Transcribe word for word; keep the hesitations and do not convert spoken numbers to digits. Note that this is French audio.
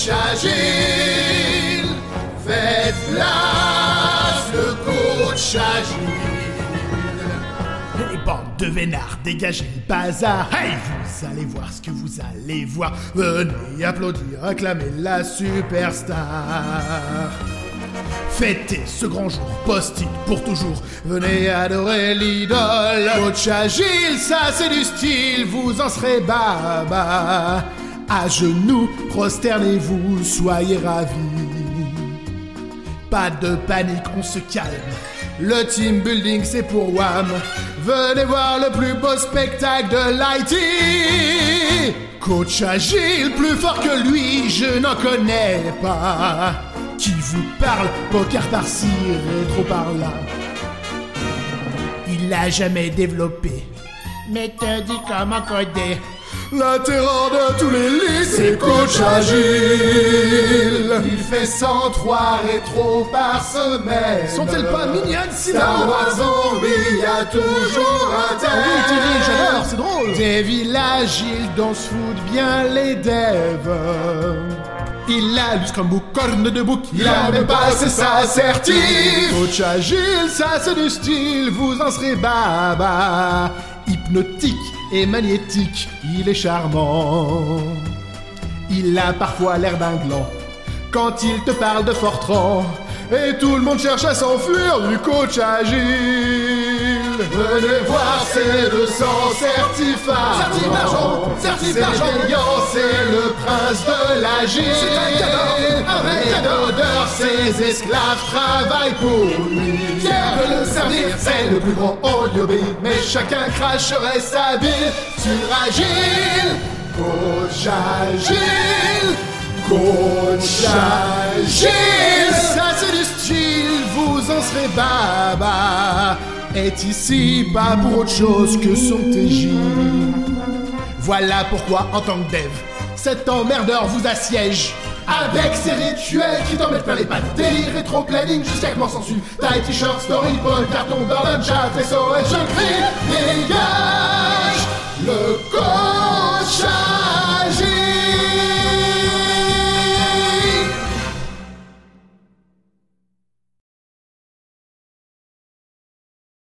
coach agile, faites place, le coach agile. Les bandes de vénards, dégagez le bazar. Hey, vous allez voir ce que vous allez voir. Venez applaudir, acclamer la superstar. Fêtez ce grand jour, post-it pour toujours. Venez adorer l'idole. Coach agile, ça c'est du style, vous en serez baba. À genoux, prosternez-vous, soyez ravis. Pas de panique, on se calme. Le team building c'est pour W A M. Venez voir le plus beau spectacle de l'I T. Coach agile, plus fort que lui, je n'en connais pas. Qui vous parle, poker par-ci, rétro par-là. Il a jamais développé méthode comment coder. La terreur de tous les lits, c'est coach agile. Il fait cent trois rétros par semaine. Sont-elles pas mignonnes sinon? Star Wars Zombie, y a toujours un thème. Ah oui, Thierry, j'adore, c'est drôle. Des villages, ils dansent foot bien les devs. Il a lu Scrum Book, corne de bouc. Il a même passé sa certif. Coach agile, ça c'est du style, vous en serez baba. Hypnotique et magnétique, il est charmant. Il a parfois l'air d'un gland quand il te parle de Fortran. Et tout le monde cherche à s'enfuir du coach agile. Venez voir ces deux cents certifs. Certif d'argent, certif d'argent. C'est le prince de l'agile. C'est un cadeau, un vrai cadeau. L'odeur, ses esclaves travaillent pour lui. Fier de le servir, c'est le plus grand hobby. Mais chacun cracherait sa bille sur agile. Coach agile. Coach agile. Ça c'est du style, vous en serez baba. Est ici pas pour autre chose que son T J. Voilà pourquoi en tant que dev, cet emmerdeur vous assiège. Avec ses rituels qui t'en mettent plein les pattes. Délire, rétro-planning jusqu'à que m'en s'ensuit. Taille, t-shirt, storyboard, carton, burn, chat, S O S, je crie.